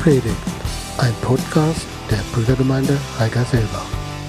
Predigt, ein Podcast der Brüdergemeinde Heigerselbach.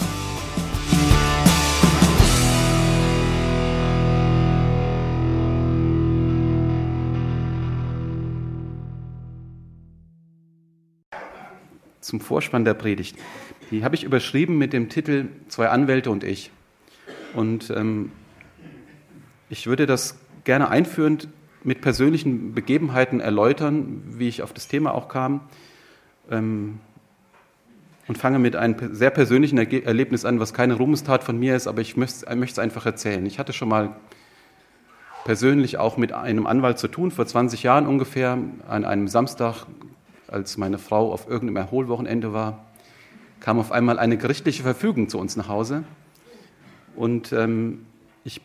Zum Vorspann der Predigt. Die habe ich überschrieben mit dem Titel Zwei Anwälte und ich. Und ich würde das gerne einführend mit persönlichen Begebenheiten erläutern, wie ich auf das Thema auch kam. Und fange mit einem sehr persönlichen Erlebnis an, was keine Ruhmestat von mir ist, aber ich möchte es einfach erzählen. Ich hatte schon mal persönlich auch mit einem Anwalt zu tun, vor 20 Jahren ungefähr, an einem Samstag, als meine Frau auf irgendeinem Erholwochenende war, kam auf einmal eine gerichtliche Verfügung zu uns nach Hause. Und ich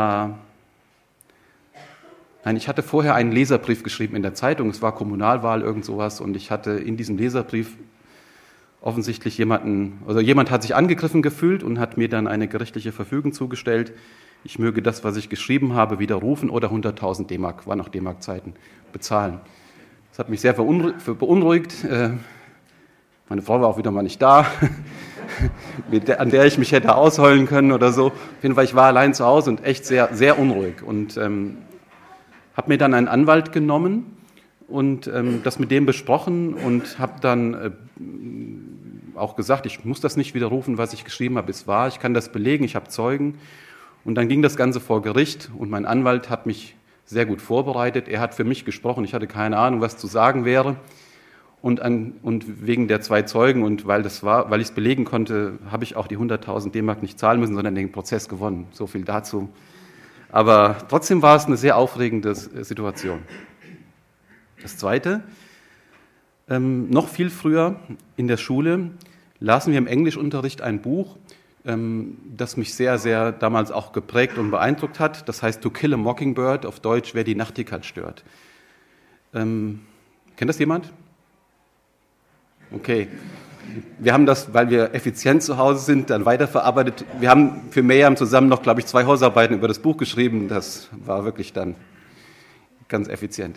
hatte vorher einen Leserbrief geschrieben in der Zeitung, es war Kommunalwahl, irgend sowas, und ich hatte in diesem Leserbrief offensichtlich jemand hat sich angegriffen gefühlt und hat mir dann eine gerichtliche Verfügung zugestellt. Ich möge das, was ich geschrieben habe, widerrufen oder 100.000 D-Mark, waren noch D-Mark-Zeiten, bezahlen. Das hat mich sehr beunruhigt. Meine Frau war auch wieder mal nicht da, an der ich mich hätte ausheulen können oder so. Auf jeden Fall, ich war allein zu Hause und echt sehr, sehr unruhig. Und habe mir dann einen Anwalt genommen und das mit dem besprochen und habe dann auch gesagt, ich muss das nicht widerrufen, was ich geschrieben habe, ist wahr, ich kann das belegen, ich habe Zeugen. Und dann ging das Ganze vor Gericht und mein Anwalt hat mich sehr gut vorbereitet. Er hat für mich gesprochen, ich hatte keine Ahnung, was zu sagen wäre. Und wegen der zwei Zeugen und weil ich es belegen konnte, habe ich auch die 100.000 D-Mark nicht zahlen müssen, sondern den Prozess gewonnen. So viel dazu. Aber trotzdem war es eine sehr aufregende Situation. Das Zweite, noch viel früher in der Schule lasen wir im Englischunterricht ein Buch, das mich sehr, sehr damals auch geprägt und beeindruckt hat. Das heißt To Kill a Mockingbird, auf Deutsch, wer die Nachtigall stört. Kennt das jemand? Okay. Wir haben das, weil wir effizient zu Hause sind, dann weiterverarbeitet. Wir haben für Miriam zusammen noch, glaube ich, 2 Hausarbeiten über das Buch geschrieben. Das war wirklich dann ganz effizient.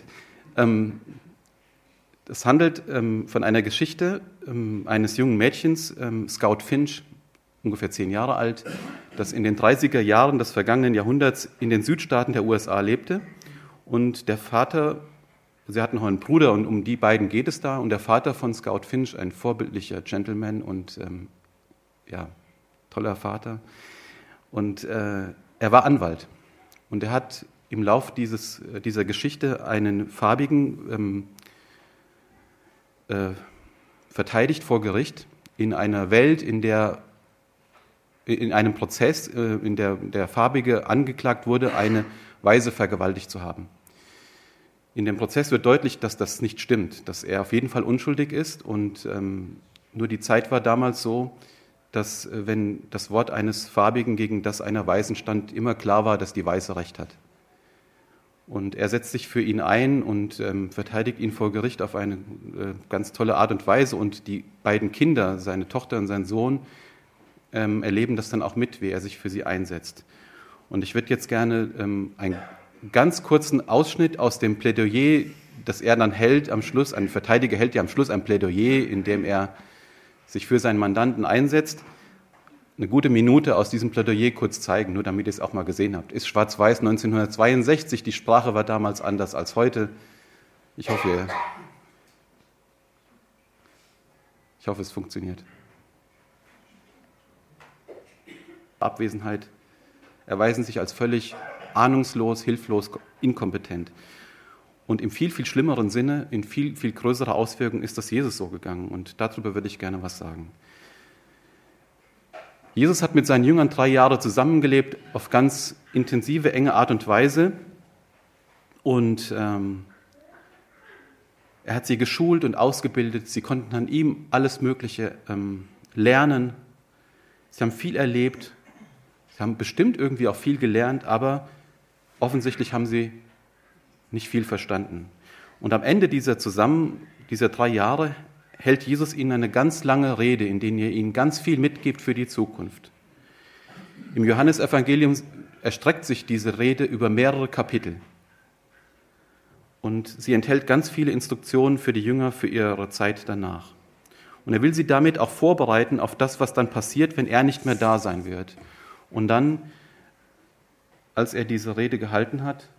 Das handelt von einer Geschichte eines jungen Mädchens, Scout Finch, ungefähr 10 Jahre alt, das in den 30er Jahren des vergangenen Jahrhunderts in den Südstaaten der USA lebte. Und der Vater, sie hatten noch einen Bruder und um die beiden geht es da. Und der Vater von Scout Finch, ein vorbildlicher Gentleman und toller Vater. Und er war Anwalt. Und er hat im Lauf dieser Geschichte einen Farbigen verteidigt vor Gericht in einer Welt, in einem Prozess, in der Farbige angeklagt wurde, eine Weiße vergewaltigt zu haben. In dem Prozess wird deutlich, dass das nicht stimmt, dass er auf jeden Fall unschuldig ist und nur die Zeit war damals so, dass wenn das Wort eines Farbigen gegen das einer Weißen stand, immer klar war, dass die Weiße Recht hat. Und er setzt sich für ihn ein und verteidigt ihn vor Gericht auf eine ganz tolle Art und Weise und die beiden Kinder, seine Tochter und sein Sohn, erleben das dann auch mit, wie er sich für sie einsetzt. Und ich würde jetzt gerne einen ganz kurzen Ausschnitt aus dem Plädoyer, das er dann hält am Schluss, ein Verteidiger hält ja am Schluss ein Plädoyer, in dem er sich für seinen Mandanten einsetzt, eine gute Minute aus diesem Plädoyer kurz zeigen, nur damit ihr es auch mal gesehen habt. Ist schwarz-weiß 1962, die Sprache war damals anders als heute. Ich hoffe, es funktioniert. Abwesenheit erweisen sich als völlig ahnungslos, hilflos, inkompetent. Und im viel, viel schlimmeren Sinne, in viel, viel größerer Auswirkung ist das Jesus so gegangen. Und darüber würde ich gerne was sagen. Jesus hat mit seinen Jüngern 3 Jahre zusammengelebt, auf ganz intensive, enge Art und Weise. Und er hat sie geschult und ausgebildet. Sie konnten an ihm alles Mögliche lernen. Sie haben viel erlebt. Sie haben bestimmt irgendwie auch viel gelernt, aber offensichtlich haben sie nicht viel verstanden. Und am Ende dieser 3 Jahre hält Jesus ihnen eine ganz lange Rede, in der er ihnen ganz viel mitgibt für die Zukunft. Im Johannesevangelium erstreckt sich diese Rede über mehrere Kapitel. Und sie enthält ganz viele Instruktionen für die Jünger für ihre Zeit danach. Und er will sie damit auch vorbereiten auf das, was dann passiert, wenn er nicht mehr da sein wird. Und dann, als er diese Rede gehalten hat,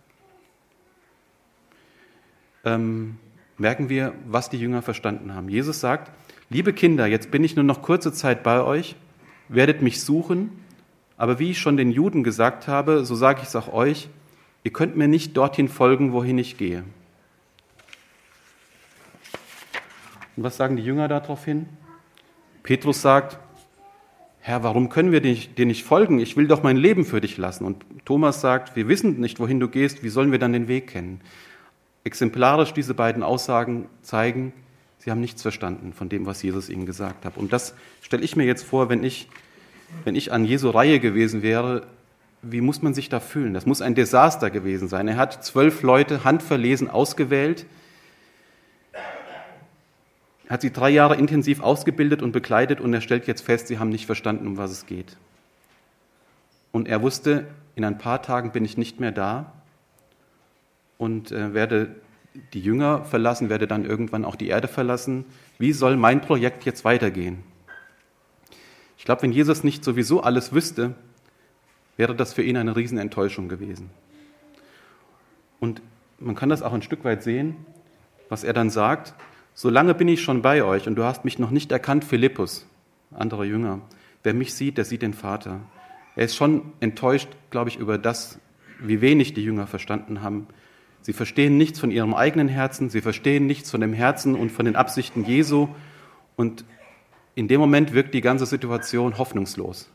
merken wir, was die Jünger verstanden haben. Jesus sagt: Liebe Kinder, jetzt bin ich nur noch kurze Zeit bei euch, werdet mich suchen, aber wie ich schon den Juden gesagt habe, so sage ich es auch euch, ihr könnt mir nicht dorthin folgen, wohin ich gehe. Und was sagen die Jünger daraufhin? Petrus sagt: Herr, warum können wir dir nicht folgen? Ich will doch mein Leben für dich lassen. Und Thomas sagt: Wir wissen nicht, wohin du gehst, wie sollen wir dann den Weg kennen? Exemplarisch diese beiden Aussagen zeigen, sie haben nichts verstanden von dem, was Jesus ihnen gesagt hat. Und das stelle ich mir jetzt vor, wenn ich an Jesu Reihe gewesen wäre, wie muss man sich da fühlen? Das muss ein Desaster gewesen sein. Er hat 12 Leute handverlesen ausgewählt, hat sie 3 Jahre intensiv ausgebildet und begleitet und er stellt jetzt fest, sie haben nicht verstanden, um was es geht. Und er wusste, in ein paar Tagen bin ich nicht mehr da und werde die Jünger verlassen, werde dann irgendwann auch die Erde verlassen. Wie soll mein Projekt jetzt weitergehen? Ich glaube, wenn Jesus nicht sowieso alles wüsste, wäre das für ihn eine Riesenenttäuschung gewesen. Und man kann das auch ein Stück weit sehen, was er dann sagt: So lange bin ich schon bei euch und du hast mich noch nicht erkannt, Philippus, anderer Jünger. Wer mich sieht, der sieht den Vater. Er ist schon enttäuscht, glaube ich, über das, wie wenig die Jünger verstanden haben. Sie verstehen nichts von ihrem eigenen Herzen, sie verstehen nichts von dem Herzen und von den Absichten Jesu. Und in dem Moment wirkt die ganze Situation hoffnungslos.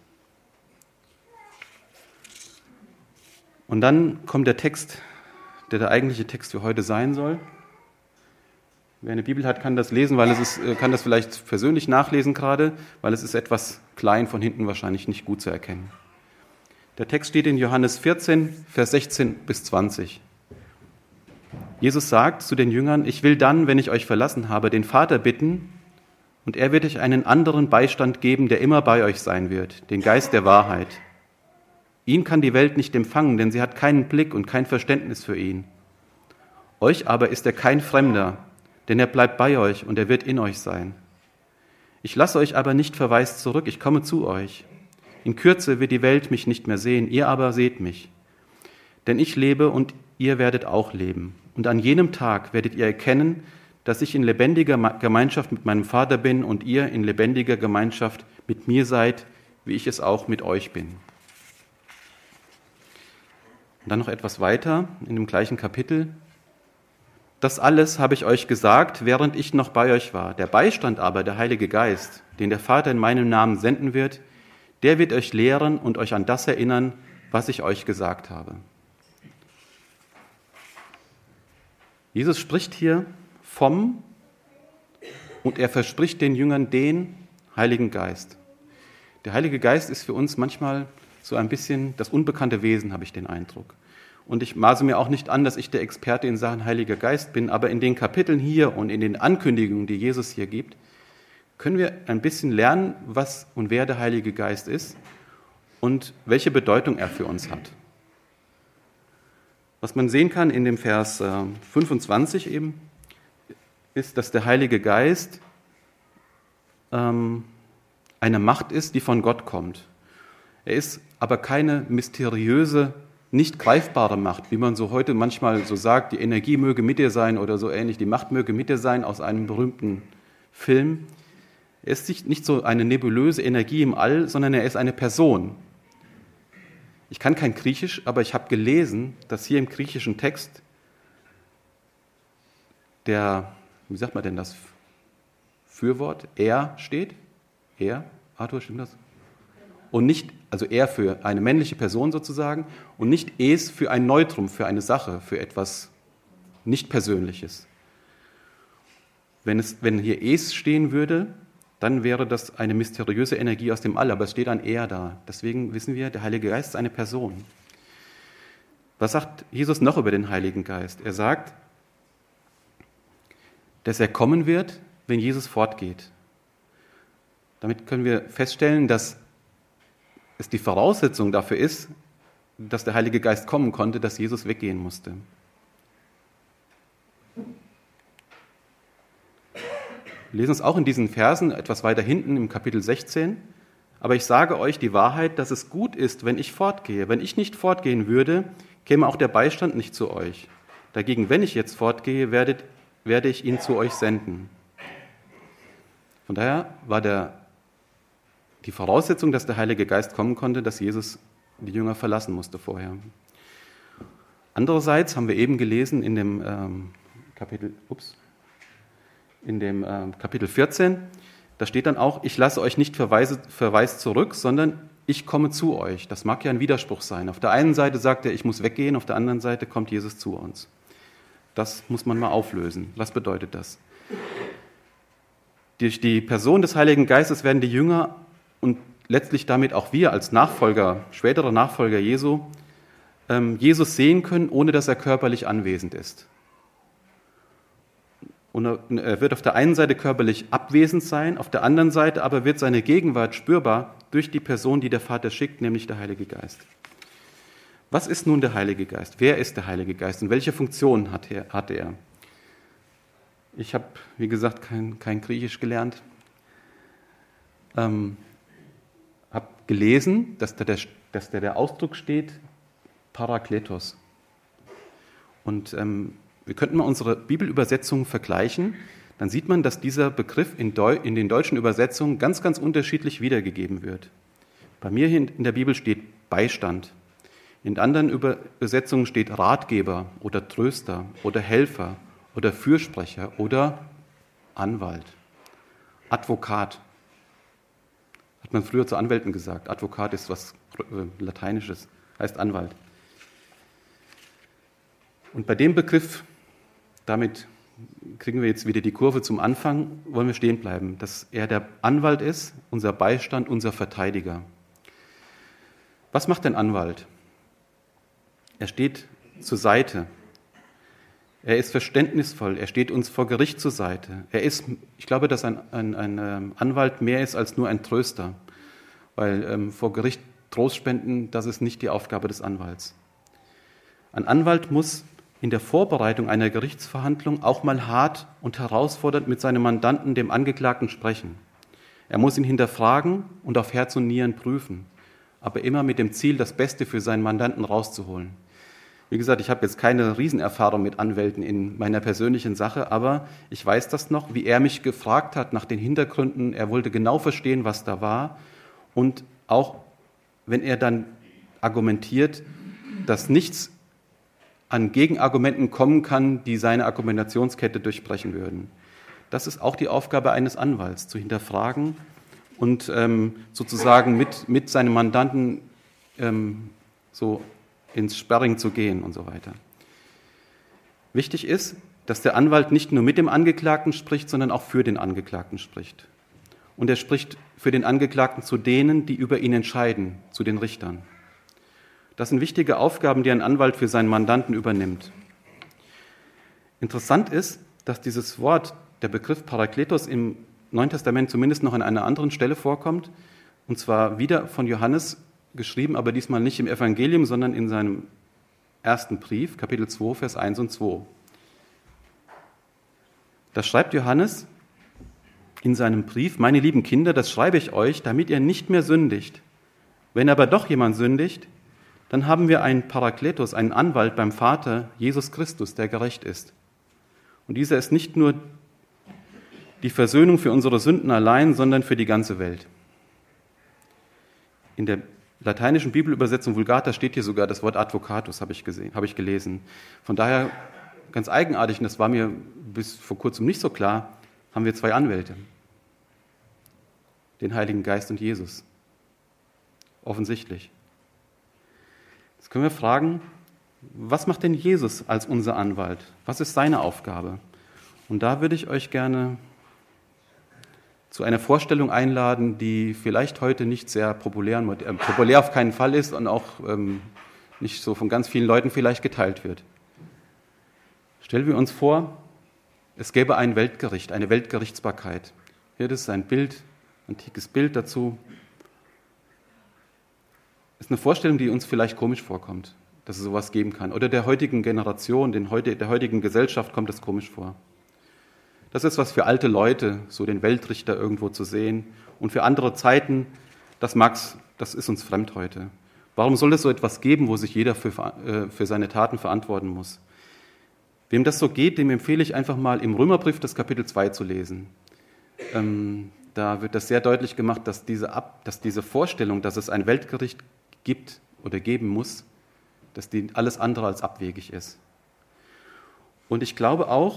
Und dann kommt der Text, der eigentliche Text für heute sein soll. Wer eine Bibel hat, kann das lesen, kann das vielleicht persönlich nachlesen gerade, weil es ist etwas klein, von hinten wahrscheinlich nicht gut zu erkennen. Der Text steht in Johannes 14, Vers 16 bis 20. Jesus sagt zu den Jüngern: Ich will dann, wenn ich euch verlassen habe, den Vater bitten, und er wird euch einen anderen Beistand geben, der immer bei euch sein wird, den Geist der Wahrheit. Ihn kann die Welt nicht empfangen, denn sie hat keinen Blick und kein Verständnis für ihn. Euch aber ist er kein Fremder, denn er bleibt bei euch und er wird in euch sein. Ich lasse euch aber nicht verwaist zurück, ich komme zu euch. In Kürze wird die Welt mich nicht mehr sehen, ihr aber seht mich. Denn ich lebe und ihr werdet auch leben. Und an jenem Tag werdet ihr erkennen, dass ich in lebendiger Gemeinschaft mit meinem Vater bin und ihr in lebendiger Gemeinschaft mit mir seid, wie ich es auch mit euch bin. Und dann noch etwas weiter in dem gleichen Kapitel. Das alles habe ich euch gesagt, während ich noch bei euch war. Der Beistand aber, der Heilige Geist, den der Vater in meinem Namen senden wird, der wird euch lehren und euch an das erinnern, was ich euch gesagt habe. Jesus spricht hier vom und er verspricht den Jüngern den Heiligen Geist. Der Heilige Geist ist für uns manchmal so ein bisschen das unbekannte Wesen, habe ich den Eindruck. Und ich maße mir auch nicht an, dass ich der Experte in Sachen Heiliger Geist bin, aber in den Kapiteln hier und in den Ankündigungen, die Jesus hier gibt, können wir ein bisschen lernen, was und wer der Heilige Geist ist und welche Bedeutung er für uns hat. Was man sehen kann in dem Vers 25 eben, ist, dass der Heilige Geist eine Macht ist, die von Gott kommt. Er ist aber keine mysteriöse, nicht greifbare Macht, wie man so heute manchmal so sagt, die Energie möge mit dir sein oder so ähnlich, die Macht möge mit dir sein aus einem berühmten Film. Er ist nicht so eine nebulöse Energie im All, sondern er ist eine Person. Ich kann kein Griechisch, aber ich habe gelesen, dass hier im griechischen Text wie sagt man denn das, Fürwort, er steht. Er, Arthur, stimmt das? Und nicht, also er für eine männliche Person sozusagen und nicht es für ein Neutrum, für eine Sache, für etwas nicht Persönliches. Wenn hier es stehen würde, dann wäre das eine mysteriöse Energie aus dem All, aber es steht ein Er da. Deswegen wissen wir, der Heilige Geist ist eine Person. Was sagt Jesus noch über den Heiligen Geist? Er sagt, dass er kommen wird, wenn Jesus fortgeht. Damit können wir feststellen, dass es die Voraussetzung dafür ist, dass der Heilige Geist kommen konnte, dass Jesus weggehen musste. Wir lesen es auch in diesen Versen etwas weiter hinten im Kapitel 16. Aber ich sage euch die Wahrheit, dass es gut ist, wenn ich fortgehe. Wenn ich nicht fortgehen würde, käme auch der Beistand nicht zu euch. Dagegen, wenn ich jetzt fortgehe, werde ich ihn zu euch senden. Von daher war die Voraussetzung, dass der Heilige Geist kommen konnte, dass Jesus die Jünger verlassen musste vorher. Andererseits haben wir eben gelesen in dem Kapitel 14, da steht dann auch, ich lasse euch nicht verwaist zurück, sondern ich komme zu euch. Das mag ja ein Widerspruch sein. Auf der einen Seite sagt er, ich muss weggehen, auf der anderen Seite kommt Jesus zu uns. Das muss man mal auflösen. Was bedeutet das? Durch die Person des Heiligen Geistes werden die Jünger und letztlich damit auch wir als Nachfolger, spätere Nachfolger Jesu, Jesus sehen können, ohne dass er körperlich anwesend ist. Und er wird auf der einen Seite körperlich abwesend sein, auf der anderen Seite aber wird seine Gegenwart spürbar durch die Person, die der Vater schickt, nämlich der Heilige Geist. Was ist nun der Heilige Geist? Wer ist der Heilige Geist und welche Funktion hat er? Ich habe, wie gesagt, kein Griechisch gelernt. Habe gelesen, dass der Ausdruck steht, Parakletos. Und wir könnten mal unsere Bibelübersetzungen vergleichen, dann sieht man, dass dieser Begriff in den deutschen Übersetzungen ganz, ganz unterschiedlich wiedergegeben wird. Bei mir hier in der Bibel steht Beistand. In anderen Übersetzungen steht Ratgeber oder Tröster oder Helfer oder Fürsprecher oder Anwalt. Advokat. Hat man früher zu Anwälten gesagt. Advokat ist was Lateinisches, heißt Anwalt. Und bei dem Begriff, damit kriegen wir jetzt wieder die Kurve zum Anfang, wollen wir stehen bleiben, dass er der Anwalt ist, unser Beistand, unser Verteidiger. Was macht ein Anwalt? Er steht zur Seite. Er ist verständnisvoll. Er steht uns vor Gericht zur Seite. Ich glaube, dass ein Anwalt mehr ist als nur ein Tröster, weil vor Gericht Trost spenden, das ist nicht die Aufgabe des Anwalts. Ein Anwalt muss in der Vorbereitung einer Gerichtsverhandlung auch mal hart und herausfordernd mit seinem Mandanten, dem Angeklagten, sprechen. Er muss ihn hinterfragen und auf Herz und Nieren prüfen, aber immer mit dem Ziel, das Beste für seinen Mandanten rauszuholen. Wie gesagt, ich habe jetzt keine Riesenerfahrung mit Anwälten in meiner persönlichen Sache, aber ich weiß das noch, wie er mich gefragt hat nach den Hintergründen. Er wollte genau verstehen, was da war. Und auch wenn er dann argumentiert, dass nichts an Gegenargumenten kommen kann, die seine Argumentationskette durchbrechen würden. Das ist auch die Aufgabe eines Anwalts, zu hinterfragen und sozusagen mit seinem Mandanten so ins Sparring zu gehen und so weiter. Wichtig ist, dass der Anwalt nicht nur mit dem Angeklagten spricht, sondern auch für den Angeklagten spricht. Und er spricht für den Angeklagten zu denen, die über ihn entscheiden, zu den Richtern. Das sind wichtige Aufgaben, die ein Anwalt für seinen Mandanten übernimmt. Interessant ist, dass dieses Wort, der Begriff Parakletos im Neuen Testament zumindest noch an einer anderen Stelle vorkommt, und zwar wieder von Johannes geschrieben, aber diesmal nicht im Evangelium, sondern in seinem ersten Brief, Kapitel 2, Vers 1 und 2. Da schreibt Johannes in seinem Brief: Meine lieben Kinder, das schreibe ich euch, damit ihr nicht mehr sündigt. Wenn aber doch jemand sündigt, dann haben wir einen Parakletos, einen Anwalt beim Vater, Jesus Christus, der gerecht ist. Und dieser ist nicht nur die Versöhnung für unsere Sünden allein, sondern für die ganze Welt. In der lateinischen Bibelübersetzung Vulgata steht hier sogar das Wort Advocatus, habe ich gelesen. Von daher ganz eigenartig, und das war mir bis vor kurzem nicht so klar, haben wir zwei Anwälte. Den Heiligen Geist und Jesus. Offensichtlich. Jetzt können wir fragen, was macht denn Jesus als unser Anwalt? Was ist seine Aufgabe? Und da würde ich euch gerne zu einer Vorstellung einladen, die vielleicht heute nicht sehr populär auf keinen Fall ist und auch nicht so von ganz vielen Leuten vielleicht geteilt wird. Stellen wir uns vor, es gäbe ein Weltgericht, eine Weltgerichtsbarkeit. Hier ist ein Bild, antikes Bild dazu. Das ist eine Vorstellung, die uns vielleicht komisch vorkommt. dass es sowas geben kann. Oder der heutigen Generation, der heutigen Gesellschaft kommt es komisch vor. Das ist was für alte Leute, so den Weltrichter irgendwo zu sehen. Und für andere Zeiten, das ist uns fremd heute. Warum soll es so etwas geben, wo sich jeder für seine Taten verantworten muss? Wem das so geht, dem empfehle ich einfach mal im Römerbrief das Kapitel 2 zu lesen. Da wird das sehr deutlich gemacht, dass diese Vorstellung, dass es ein Weltgericht gibt oder geben muss, dass die alles andere als abwegig ist. Und ich glaube auch,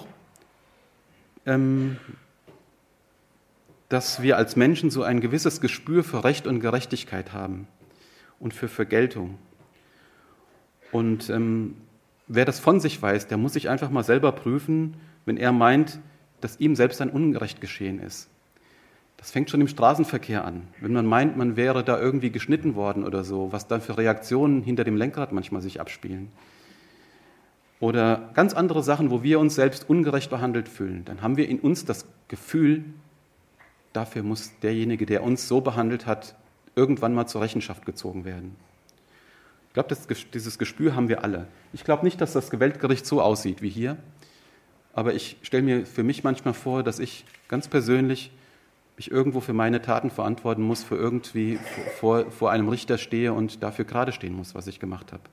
dass wir als Menschen so ein gewisses Gespür für Recht und Gerechtigkeit haben und für Vergeltung. Und wer das von sich weiß, der muss sich einfach mal selber prüfen, wenn er meint, dass ihm selbst ein Unrecht geschehen ist. Das fängt schon im Straßenverkehr an. Wenn man meint, man wäre da irgendwie geschnitten worden oder so, was dann für Reaktionen hinter dem Lenkrad manchmal sich abspielen. Oder ganz andere Sachen, wo wir uns selbst ungerecht behandelt fühlen. Dann haben wir in uns das Gefühl, dafür muss derjenige, der uns so behandelt hat, irgendwann mal zur Rechenschaft gezogen werden. Ich glaube, dieses Gespür haben wir alle. Ich glaube nicht, dass das Weltgericht so aussieht wie hier, aber ich stelle mir für mich manchmal vor, dass ich ganz persönlich mich irgendwo für meine Taten verantworten muss, für irgendwie vor einem Richter stehe und dafür gerade stehen muss, was ich gemacht habe.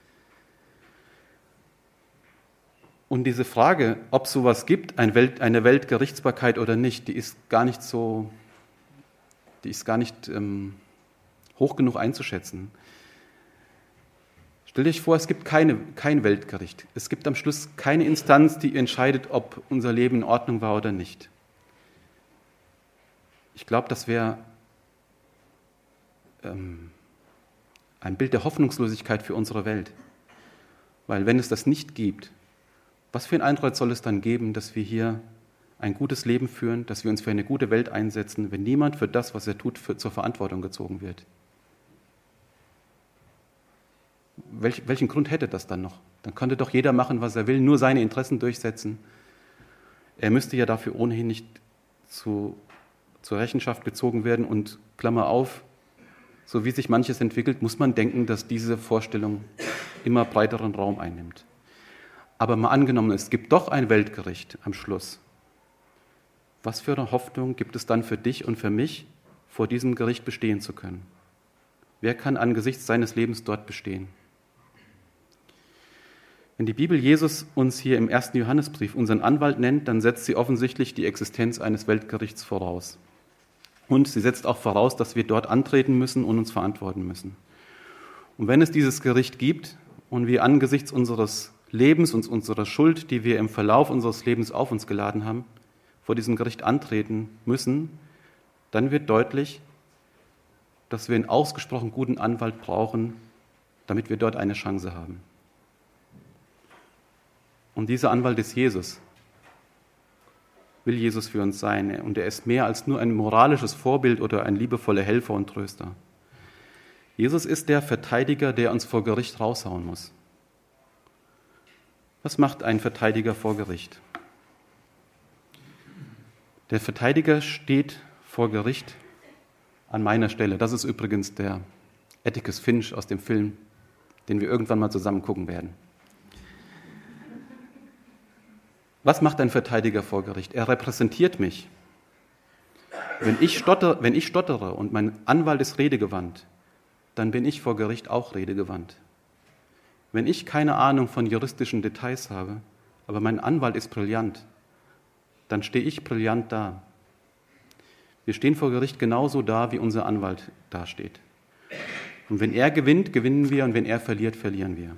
Und diese Frage, ob es sowas gibt, eine Weltgerichtsbarkeit oder nicht, die ist gar nicht hoch genug einzuschätzen. Stell dich vor, es gibt kein Weltgericht. Es gibt am Schluss keine Instanz, die entscheidet, ob unser Leben in Ordnung war oder nicht. Ich glaube, das wäre ein Bild der Hoffnungslosigkeit für unsere Welt. Weil wenn es das nicht gibt, was für ein Anreiz soll es dann geben, dass wir hier ein gutes Leben führen, dass wir uns für eine gute Welt einsetzen, wenn niemand für das, was er tut, zur Verantwortung gezogen wird? Welchen Grund hätte das dann noch? Dann könnte doch jeder machen, was er will, nur seine Interessen durchsetzen. Er müsste ja dafür ohnehin nicht zur Rechenschaft gezogen werden und Klammer auf, so wie sich manches entwickelt, muss man denken, dass diese Vorstellung immer breiteren Raum einnimmt. Aber mal angenommen, es gibt doch ein Weltgericht am Schluss. Was für eine Hoffnung gibt es dann für dich und für mich, vor diesem Gericht bestehen zu können? Wer kann angesichts seines Lebens dort bestehen? Wenn die Bibel Jesus uns hier im 1. Johannesbrief unseren Anwalt nennt, dann setzt sie offensichtlich die Existenz eines Weltgerichts voraus. Und sie setzt auch voraus, dass wir dort antreten müssen und uns verantworten müssen. Und wenn es dieses Gericht gibt und wir angesichts unseres Lebens und unserer Schuld, die wir im Verlauf unseres Lebens auf uns geladen haben, vor diesem Gericht antreten müssen, dann wird deutlich, dass wir einen ausgesprochen guten Anwalt brauchen, damit wir dort eine Chance haben. Und dieser Anwalt ist Jesus. Will Jesus für uns sein. Und er ist mehr als nur ein moralisches Vorbild oder ein liebevoller Helfer und Tröster. Jesus ist der Verteidiger, der uns vor Gericht raushauen muss. Was macht ein Verteidiger vor Gericht? Der Verteidiger steht vor Gericht an meiner Stelle. Das ist übrigens der Atticus Finch aus dem Film, den wir irgendwann mal zusammen gucken werden. Was macht ein Verteidiger vor Gericht? Er repräsentiert mich. Wenn ich stottere und mein Anwalt ist redegewandt, dann bin ich vor Gericht auch redegewandt. Wenn ich keine Ahnung von juristischen Details habe, aber mein Anwalt ist brillant, dann stehe ich brillant da. Wir stehen vor Gericht genauso da, wie unser Anwalt dasteht. Und wenn er gewinnt, gewinnen wir, und wenn er verliert, verlieren wir.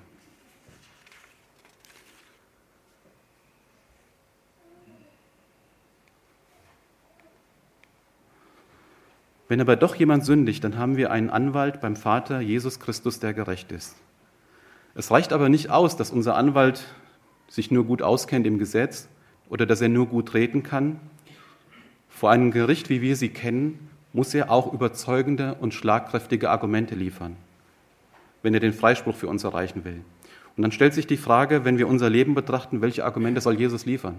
Wenn aber doch jemand sündigt, dann haben wir einen Anwalt beim Vater, Jesus Christus, der gerecht ist. Es reicht aber nicht aus, dass unser Anwalt sich nur gut auskennt im Gesetz oder dass er nur gut reden kann. Vor einem Gericht, wie wir sie kennen, muss er auch überzeugende und schlagkräftige Argumente liefern, wenn er den Freispruch für uns erreichen will. Und dann stellt sich die Frage, wenn wir unser Leben betrachten, welche Argumente soll Jesus liefern?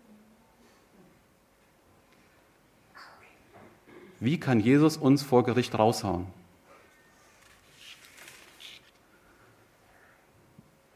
Wie kann Jesus uns vor Gericht raushauen?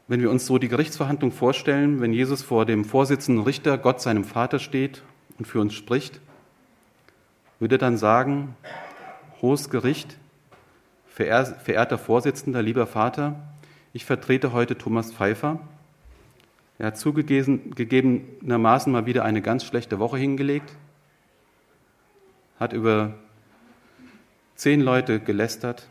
wenn wir uns so die Gerichtsverhandlung vorstellen, wenn Jesus vor dem vorsitzenden Richter, Gott seinem Vater, steht und für uns spricht, würde er dann sagen: Hohes Gericht, verehrter Vorsitzender, lieber Vater, ich vertrete heute Thomas Pfeiffer. Er hat zugegebenermaßen mal wieder eine ganz schlechte Woche hingelegt, hat über 10 Leute gelästert,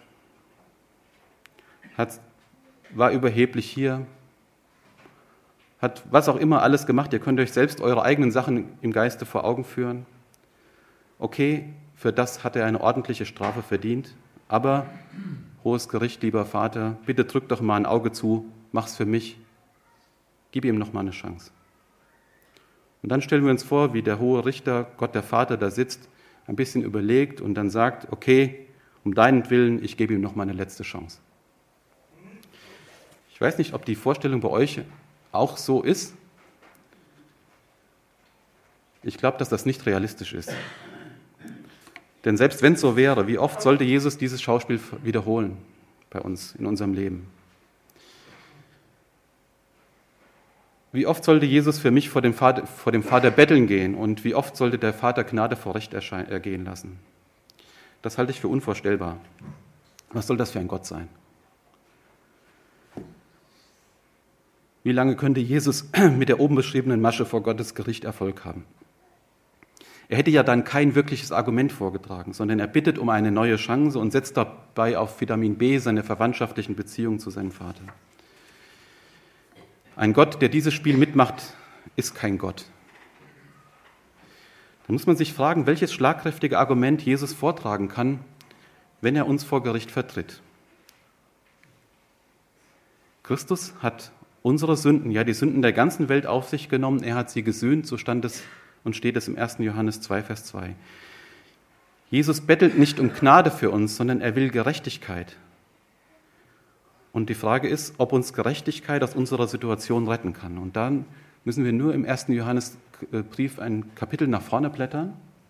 war überheblich hier, hat was auch immer alles gemacht. Ihr könnt euch selbst eure eigenen Sachen im Geiste vor Augen führen. Okay, für das hat er eine ordentliche Strafe verdient, aber hohes Gericht, lieber Vater, bitte drück doch mal ein Auge zu, mach's für mich, gib ihm noch mal eine Chance. Und dann stellen wir uns vor, wie der hohe Richter, Gott der Vater, da sitzt, ein bisschen überlegt und dann sagt: Okay, um deinen Willen, ich gebe ihm noch mal eine letzte Chance. Ich weiß nicht, ob die Vorstellung bei euch auch so ist. Ich glaube, dass das nicht realistisch ist. Denn selbst wenn es so wäre, wie oft sollte Jesus dieses Schauspiel wiederholen bei uns, in unserem Leben? Wie oft sollte Jesus für mich vor dem Vater betteln gehen und wie oft sollte der Vater Gnade vor Recht ergehen lassen? Das halte ich für unvorstellbar. Was soll das für ein Gott sein? Wie lange könnte Jesus mit der oben beschriebenen Masche vor Gottes Gericht Erfolg haben? Er hätte ja dann kein wirkliches Argument vorgetragen, sondern er bittet um eine neue Chance und setzt dabei auf Vitamin B seine verwandtschaftlichen Beziehungen zu seinem Vater. Ein Gott, der dieses Spiel mitmacht, ist kein Gott. Da muss man sich fragen, welches schlagkräftige Argument Jesus vortragen kann, wenn er uns vor Gericht vertritt. Christus hat unsere Sünden, ja die Sünden der ganzen Welt auf sich genommen, er hat sie gesühnt, so stand es und steht es im 1. Johannes 2, Vers 2. Jesus bettelt nicht um Gnade für uns, sondern er will Gerechtigkeit. Und die Frage ist, ob uns Gerechtigkeit aus unserer Situation retten kann. Und dann müssen wir nur im 1. Johannesbrief ein Kapitel nach vorne blättern.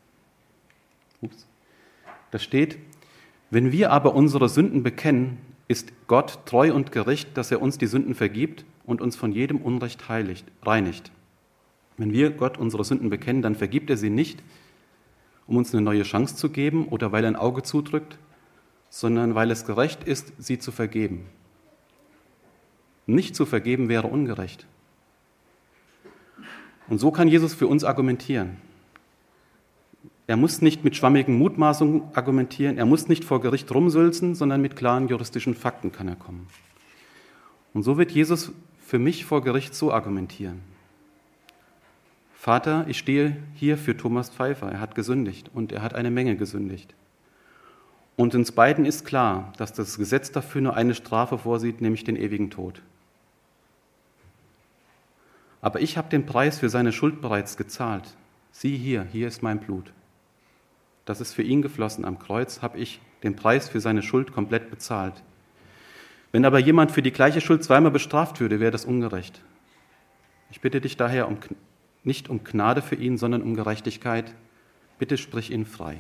Da steht: Wenn wir aber unsere Sünden bekennen, ist Gott treu und gerecht, dass er uns die Sünden vergibt und uns von jedem Unrecht reinigt. Wenn wir Gott unsere Sünden bekennen, dann vergibt er sie nicht, um uns eine neue Chance zu geben oder weil er ein Auge zudrückt, sondern weil es gerecht ist, sie zu vergeben. Nicht zu vergeben wäre ungerecht. Und so kann Jesus für uns argumentieren. Er muss nicht mit schwammigen Mutmaßungen argumentieren, er muss nicht vor Gericht rumsülzen, sondern mit klaren juristischen Fakten kann er kommen. Und so wird Jesus für mich vor Gericht so argumentieren: Vater, ich stehe hier für Thomas Pfeiffer, er hat gesündigt und er hat eine Menge gesündigt. Und uns beiden ist klar, dass das Gesetz dafür nur eine Strafe vorsieht, nämlich den ewigen Tod. Aber ich habe den Preis für seine Schuld bereits gezahlt. Sieh hier ist mein Blut. Das ist für ihn geflossen. Am Kreuz habe ich den Preis für seine Schuld komplett bezahlt. Wenn aber jemand für die gleiche Schuld zweimal bestraft würde, wäre das ungerecht. Ich bitte dich daher nicht um Gnade für ihn, sondern um Gerechtigkeit. Bitte sprich ihn frei.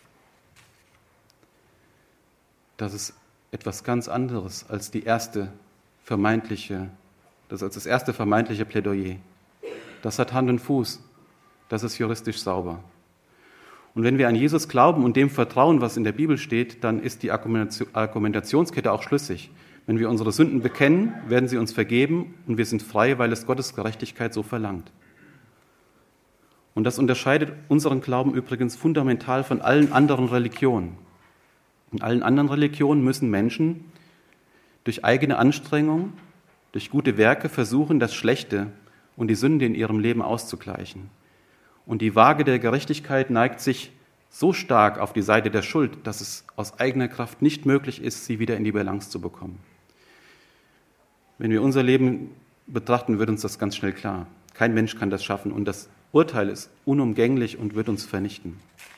Das ist etwas ganz anderes als das erste vermeintliche Plädoyer. Das hat Hand und Fuß. Das ist juristisch sauber. Und wenn wir an Jesus glauben und dem vertrauen, was in der Bibel steht, dann ist die Argumentationskette auch schlüssig. Wenn wir unsere Sünden bekennen, werden sie uns vergeben und wir sind frei, weil es Gottes Gerechtigkeit so verlangt. Und das unterscheidet unseren Glauben übrigens fundamental von allen anderen Religionen. In allen anderen Religionen müssen Menschen durch eigene Anstrengung, durch gute Werke versuchen, das Schlechte und die Sünde in ihrem Leben auszugleichen. Und die Waage der Gerechtigkeit neigt sich so stark auf die Seite der Schuld, dass es aus eigener Kraft nicht möglich ist, sie wieder in die Balance zu bekommen. Wenn wir unser Leben betrachten, wird uns das ganz schnell klar. Kein Mensch kann das schaffen und das Urteil ist unumgänglich und wird uns vernichten.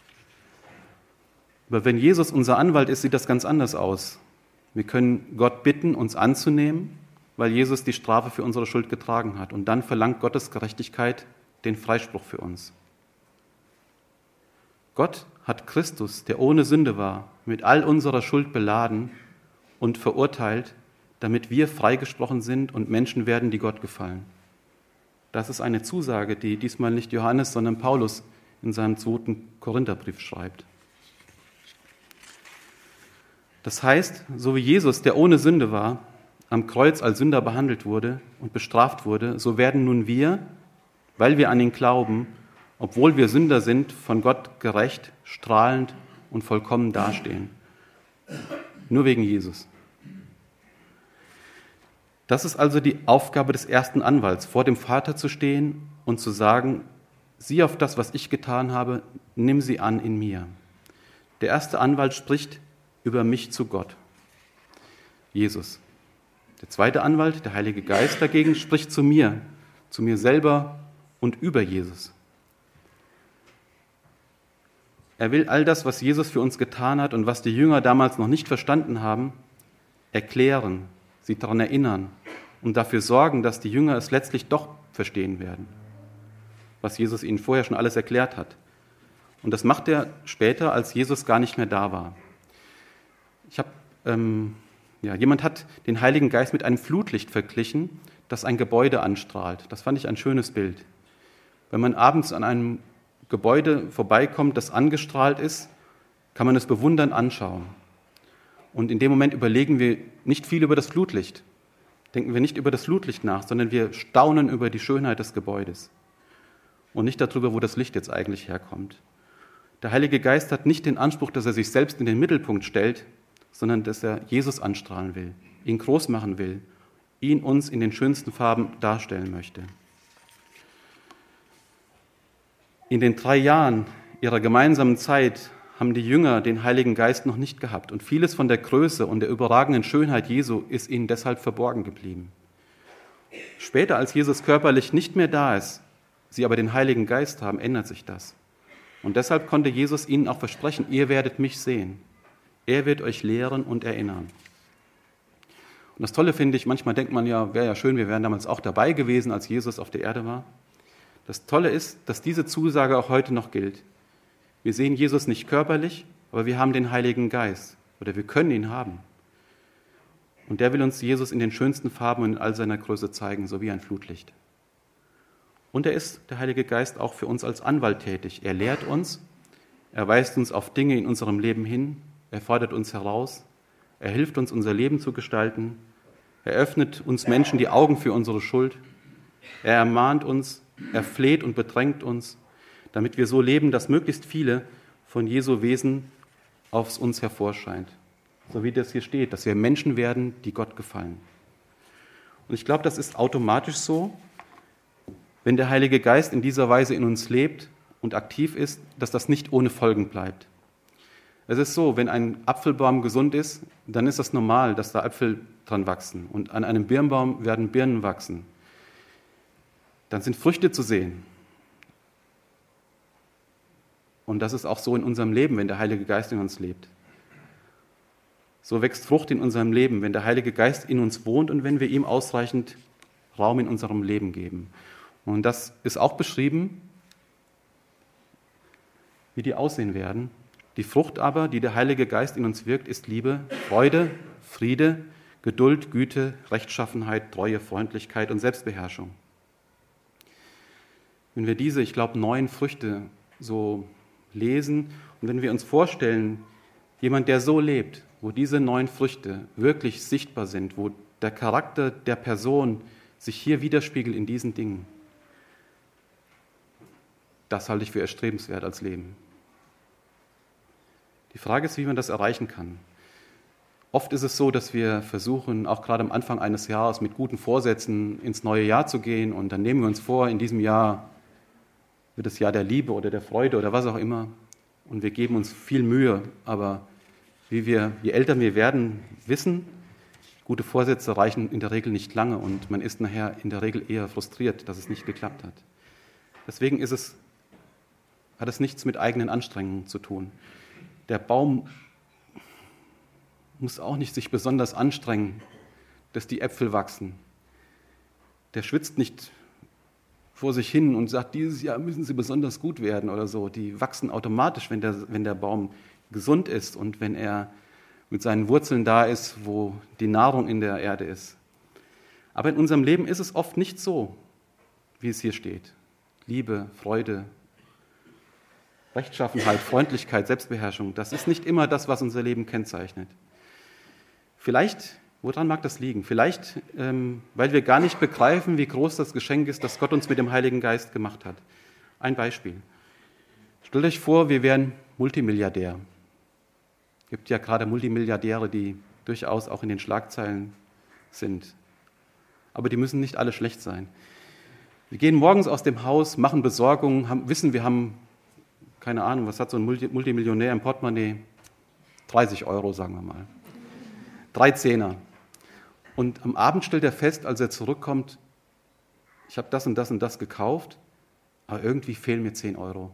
Aber wenn Jesus unser Anwalt ist, sieht das ganz anders aus. Wir können Gott bitten, uns anzunehmen, weil Jesus die Strafe für unsere Schuld getragen hat. Und dann verlangt Gottes Gerechtigkeit den Freispruch für uns. Gott hat Christus, der ohne Sünde war, mit all unserer Schuld beladen und verurteilt, damit wir freigesprochen sind und Menschen werden, die Gott gefallen. Das ist eine Zusage, die diesmal nicht Johannes, sondern Paulus in seinem 2. Korintherbrief schreibt. Das heißt, so wie Jesus, der ohne Sünde war, am Kreuz als Sünder behandelt wurde und bestraft wurde, so werden nun wir, weil wir an ihn glauben, obwohl wir Sünder sind, von Gott gerecht, strahlend und vollkommen dastehen. Nur wegen Jesus. Das ist also die Aufgabe des ersten Anwalts, vor dem Vater zu stehen und zu sagen, sieh auf das, was ich getan habe, nimm sie an in mir. Der erste Anwalt spricht über mich zu Gott, Jesus. Der zweite Anwalt, der Heilige Geist dagegen, spricht zu mir selber und über Jesus. Er will all das, was Jesus für uns getan hat und was die Jünger damals noch nicht verstanden haben, erklären, sie daran erinnern und dafür sorgen, dass die Jünger es letztlich doch verstehen werden, was Jesus ihnen vorher schon alles erklärt hat. Und das macht er später, als Jesus gar nicht mehr da war. Jemand hat den Heiligen Geist mit einem Flutlicht verglichen, das ein Gebäude anstrahlt. Das fand ich ein schönes Bild. Wenn man abends an einem Gebäude vorbeikommt, das angestrahlt ist, kann man es bewundernd anschauen. Und in dem Moment überlegen wir nicht viel über das Flutlicht. Denken wir nicht über das Flutlicht nach, sondern wir staunen über die Schönheit des Gebäudes. Und nicht darüber, wo das Licht jetzt eigentlich herkommt. Der Heilige Geist hat nicht den Anspruch, dass er sich selbst in den Mittelpunkt stellt, sondern dass er Jesus anstrahlen will, ihn groß machen will, ihn uns in den schönsten Farben darstellen möchte. In den 3 Jahren ihrer gemeinsamen Zeit haben die Jünger den Heiligen Geist noch nicht gehabt und vieles von der Größe und der überragenden Schönheit Jesu ist ihnen deshalb verborgen geblieben. Später, als Jesus körperlich nicht mehr da ist, sie aber den Heiligen Geist haben, ändert sich das. Und deshalb konnte Jesus ihnen auch versprechen, ihr werdet mich sehen. Er wird euch lehren und erinnern. Und das Tolle finde ich, manchmal denkt man ja, wäre ja schön, wir wären damals auch dabei gewesen, als Jesus auf der Erde war. Das Tolle ist, dass diese Zusage auch heute noch gilt. Wir sehen Jesus nicht körperlich, aber wir haben den Heiligen Geist oder wir können ihn haben. Und der will uns Jesus in den schönsten Farben und in all seiner Größe zeigen, so wie ein Flutlicht. Und er ist, der Heilige Geist, auch für uns als Anwalt tätig. Er lehrt uns, er weist uns auf Dinge in unserem Leben hin, er fordert uns heraus, er hilft uns, unser Leben zu gestalten, er öffnet uns Menschen die Augen für unsere Schuld, er ermahnt uns, er fleht und bedrängt uns, damit wir so leben, dass möglichst viele von Jesu Wesen aus uns hervorscheint. So wie das hier steht, dass wir Menschen werden, die Gott gefallen. Und ich glaube, das ist automatisch so, wenn der Heilige Geist in dieser Weise in uns lebt und aktiv ist, dass das nicht ohne Folgen bleibt. Es ist so, wenn ein Apfelbaum gesund ist, dann ist das normal, dass da Äpfel dran wachsen. Und an einem Birnbaum werden Birnen wachsen. Dann sind Früchte zu sehen. Und das ist auch so in unserem Leben, wenn der Heilige Geist in uns lebt. So wächst Frucht in unserem Leben, wenn der Heilige Geist in uns wohnt und wenn wir ihm ausreichend Raum in unserem Leben geben. Und das ist auch beschrieben, wie die aussehen werden. Die Frucht aber, die der Heilige Geist in uns wirkt, ist Liebe, Freude, Friede, Geduld, Güte, Rechtschaffenheit, Treue, Freundlichkeit und Selbstbeherrschung. Wenn wir diese, ich glaube, 9 Früchte so lesen und wenn wir uns vorstellen, jemand, der so lebt, wo diese 9 Früchte wirklich sichtbar sind, wo der Charakter der Person sich hier widerspiegelt in diesen Dingen, das halte ich für erstrebenswert als Leben. Die Frage ist, wie man das erreichen kann. Oft ist es so, dass wir versuchen, auch gerade am Anfang eines Jahres mit guten Vorsätzen ins neue Jahr zu gehen und dann nehmen wir uns vor, in diesem Jahr wird das Jahr der Liebe oder der Freude oder was auch immer und wir geben uns viel Mühe, aber je älter wir werden, wissen, gute Vorsätze reichen in der Regel nicht lange und man ist nachher in der Regel eher frustriert, dass es nicht geklappt hat. Deswegen hat es nichts mit eigenen Anstrengungen zu tun. Der Baum muss auch nicht sich besonders anstrengen, dass die Äpfel wachsen. Der schwitzt nicht vor sich hin und sagt, dieses Jahr müssen sie besonders gut werden oder so. Die wachsen automatisch, wenn der Baum gesund ist und wenn er mit seinen Wurzeln da ist, wo die Nahrung in der Erde ist. Aber in unserem Leben ist es oft nicht so, wie es hier steht. Liebe, Freude, Rechtschaffenheit, Freundlichkeit, Selbstbeherrschung, das ist nicht immer das, was unser Leben kennzeichnet. Vielleicht, woran mag das liegen? Vielleicht, weil wir gar nicht begreifen, wie groß das Geschenk ist, das Gott uns mit dem Heiligen Geist gemacht hat. Ein Beispiel. Stellt euch vor, wir wären Multimilliardär. Es gibt ja gerade Multimilliardäre, die durchaus auch in den Schlagzeilen sind. Aber die müssen nicht alle schlecht sein. Wir gehen morgens aus dem Haus, machen Besorgungen, wissen, wir haben, keine Ahnung, was hat so ein Multimillionär im Portemonnaie? 30 €, sagen wir mal. 3 Zehner. Und am Abend stellt er fest, als er zurückkommt, ich habe das und das und das gekauft, aber irgendwie fehlen mir 10 €.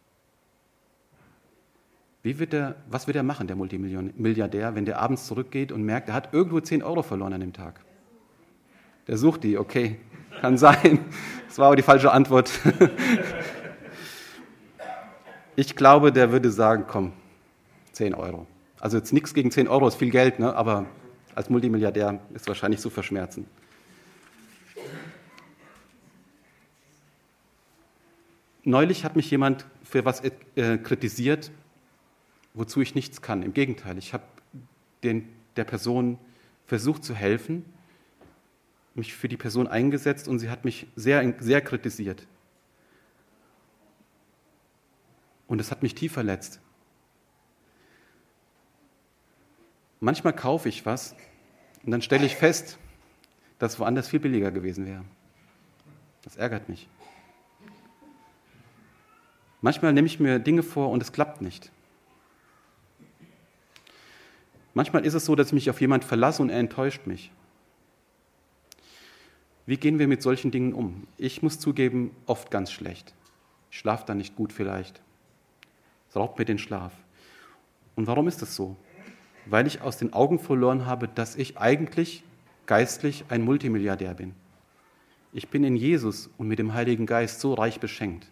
Was wird er machen, der Multimilliardär, wenn der abends zurückgeht und merkt, er hat irgendwo 10 € verloren an dem Tag? Der sucht die, okay, kann sein. Das war aber die falsche Antwort. Ich glaube, der würde sagen, komm, 10 €. Also jetzt nichts gegen 10 €, ist viel Geld, ne? Aber als Multimilliardär ist wahrscheinlich zu verschmerzen. Neulich hat mich jemand für was kritisiert, wozu ich nichts kann. Im Gegenteil, ich habe der Person versucht zu helfen, mich für die Person eingesetzt und sie hat mich sehr, sehr kritisiert. Und es hat mich tief verletzt. Manchmal kaufe ich was und dann stelle ich fest, dass es woanders viel billiger gewesen wäre. Das ärgert mich. Manchmal nehme ich mir Dinge vor und es klappt nicht. Manchmal ist es so, dass ich mich auf jemanden verlasse und er enttäuscht mich. Wie gehen wir mit solchen Dingen um? Ich muss zugeben, oft ganz schlecht. Ich schlafe dann nicht gut vielleicht. Es raubt mir den Schlaf. Und warum ist das so? Weil ich aus den Augen verloren habe, dass ich eigentlich geistlich ein Multimilliardär bin. Ich bin in Jesus und mit dem Heiligen Geist so reich beschenkt,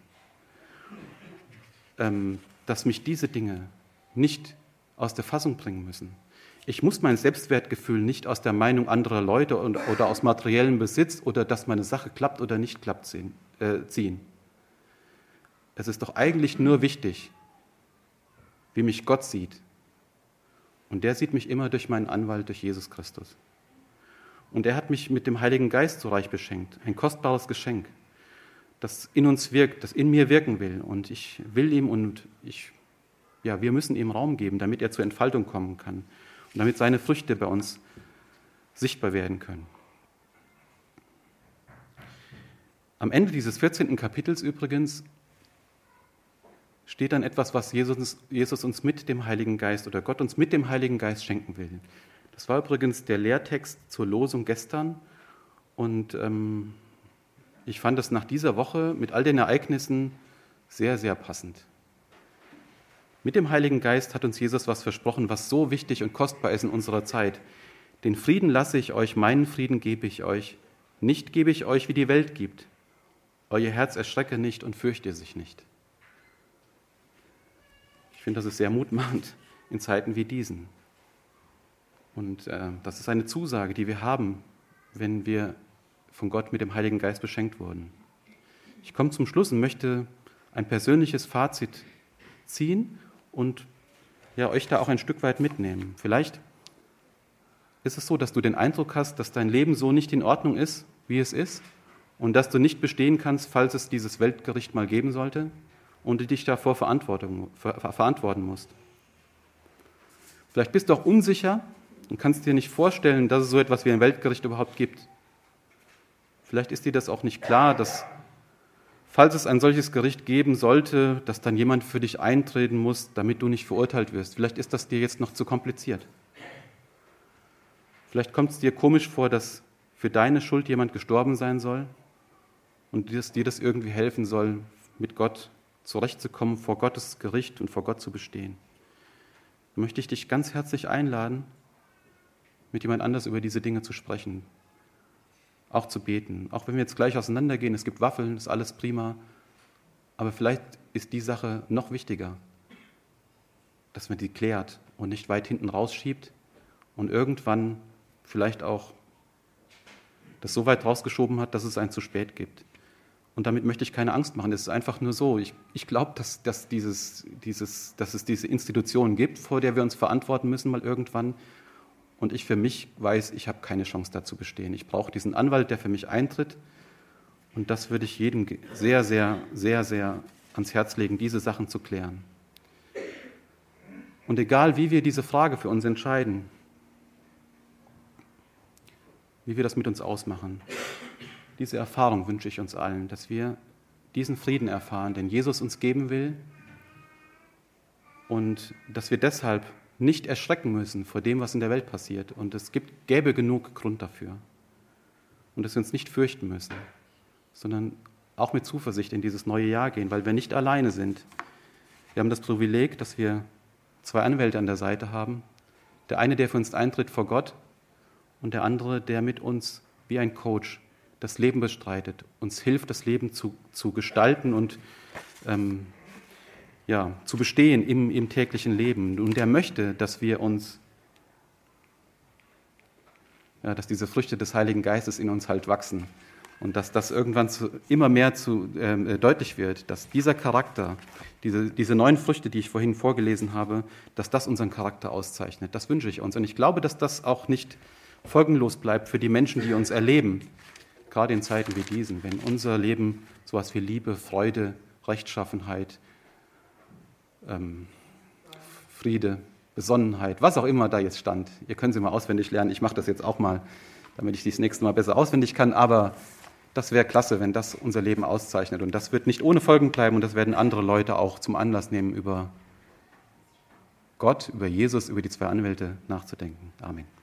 dass mich diese Dinge nicht aus der Fassung bringen müssen. Ich muss mein Selbstwertgefühl nicht aus der Meinung anderer Leute oder aus materiellem Besitz oder dass meine Sache klappt oder nicht klappt ziehen. Es ist doch eigentlich nur wichtig, wie mich Gott sieht. Und der sieht mich immer durch meinen Anwalt, durch Jesus Christus. Und er hat mich mit dem Heiligen Geist so reich beschenkt. Ein kostbares Geschenk, das in uns wirkt, das in mir wirken will. Und ich will ihm wir müssen ihm Raum geben, damit er zur Entfaltung kommen kann. Und damit seine Früchte bei uns sichtbar werden können. Am Ende dieses 14. Kapitels übrigens steht dann etwas, was Jesus uns mit dem Heiligen Geist oder Gott uns mit dem Heiligen Geist schenken will. Das war übrigens der Lehrtext zur Losung gestern. Und ich fand das nach dieser Woche mit all den Ereignissen sehr, sehr passend. Mit dem Heiligen Geist hat uns Jesus was versprochen, was so wichtig und kostbar ist in unserer Zeit. Den Frieden lasse ich euch, meinen Frieden gebe ich euch. Nicht gebe ich euch, wie die Welt gibt. Euer Herz erschrecke nicht und fürchte sich nicht. Ich finde, das ist sehr mutmachend in Zeiten wie diesen. Und das ist eine Zusage, die wir haben, wenn wir von Gott mit dem Heiligen Geist beschenkt wurden. Ich komme zum Schluss und möchte ein persönliches Fazit ziehen und euch da auch ein Stück weit mitnehmen. Vielleicht ist es so, dass du den Eindruck hast, dass dein Leben so nicht in Ordnung ist, wie es ist, und dass du nicht bestehen kannst, falls es dieses Weltgericht mal geben sollte und du dich davor verantworten musst. Vielleicht bist du auch unsicher und kannst dir nicht vorstellen, dass es so etwas wie ein Weltgericht überhaupt gibt. Vielleicht ist dir das auch nicht klar, dass, falls es ein solches Gericht geben sollte, dass dann jemand für dich eintreten muss, damit du nicht verurteilt wirst. Vielleicht ist das dir jetzt noch zu kompliziert. Vielleicht kommt es dir komisch vor, dass für deine Schuld jemand gestorben sein soll und dir das irgendwie helfen soll, mit Gott zurechtzukommen, vor Gottes Gericht und vor Gott zu bestehen. Da möchte ich dich ganz herzlich einladen, mit jemand anders über diese Dinge zu sprechen, auch zu beten. Auch wenn wir jetzt gleich auseinandergehen, es gibt Waffeln, ist alles prima, aber vielleicht ist die Sache noch wichtiger, dass man die klärt und nicht weit hinten rausschiebt und irgendwann vielleicht auch das so weit rausgeschoben hat, dass es einen zu spät gibt. Und damit möchte ich keine Angst machen. Es ist einfach nur so. Ich glaube, dass es diese Institution gibt, vor der wir uns verantworten müssen mal irgendwann. Und ich für mich weiß, ich habe keine Chance dazu bestehen. Ich brauche diesen Anwalt, der für mich eintritt. Und das würde ich jedem sehr, sehr, sehr, sehr ans Herz legen, diese Sachen zu klären. Und egal, wie wir diese Frage für uns entscheiden, wie wir das mit uns ausmachen, diese Erfahrung wünsche ich uns allen, dass wir diesen Frieden erfahren, den Jesus uns geben will, und dass wir deshalb nicht erschrecken müssen vor dem, was in der Welt passiert. Und es gäbe genug Grund dafür. Und dass wir uns nicht fürchten müssen, sondern auch mit Zuversicht in dieses neue Jahr gehen, weil wir nicht alleine sind. Wir haben das Privileg, dass wir 2 Anwälte an der Seite haben. Der eine, der für uns eintritt vor Gott, und der andere, der mit uns wie ein Coach das Leben bestreitet, uns hilft, das Leben zu gestalten und zu bestehen im täglichen Leben. Und der möchte, dass wir uns, dass diese Früchte des Heiligen Geistes in uns halt wachsen und dass das irgendwann immer mehr deutlich wird, dass dieser Charakter, diese 9 Früchte, die ich vorhin vorgelesen habe, dass das unseren Charakter auszeichnet. Das wünsche ich uns. Und ich glaube, dass das auch nicht folgenlos bleibt für die Menschen, die uns erleben, gerade in Zeiten wie diesen, wenn unser Leben sowas wie Liebe, Freude, Rechtschaffenheit, Friede, Besonnenheit, was auch immer da jetzt stand. Ihr könnt sie mal auswendig lernen. Ich mache das jetzt auch mal, damit ich das nächste Mal besser auswendig kann. Aber das wäre klasse, wenn das unser Leben auszeichnet. Und das wird nicht ohne Folgen bleiben. Und das werden andere Leute auch zum Anlass nehmen, über Gott, über Jesus, über die 2 Anwälte nachzudenken. Amen.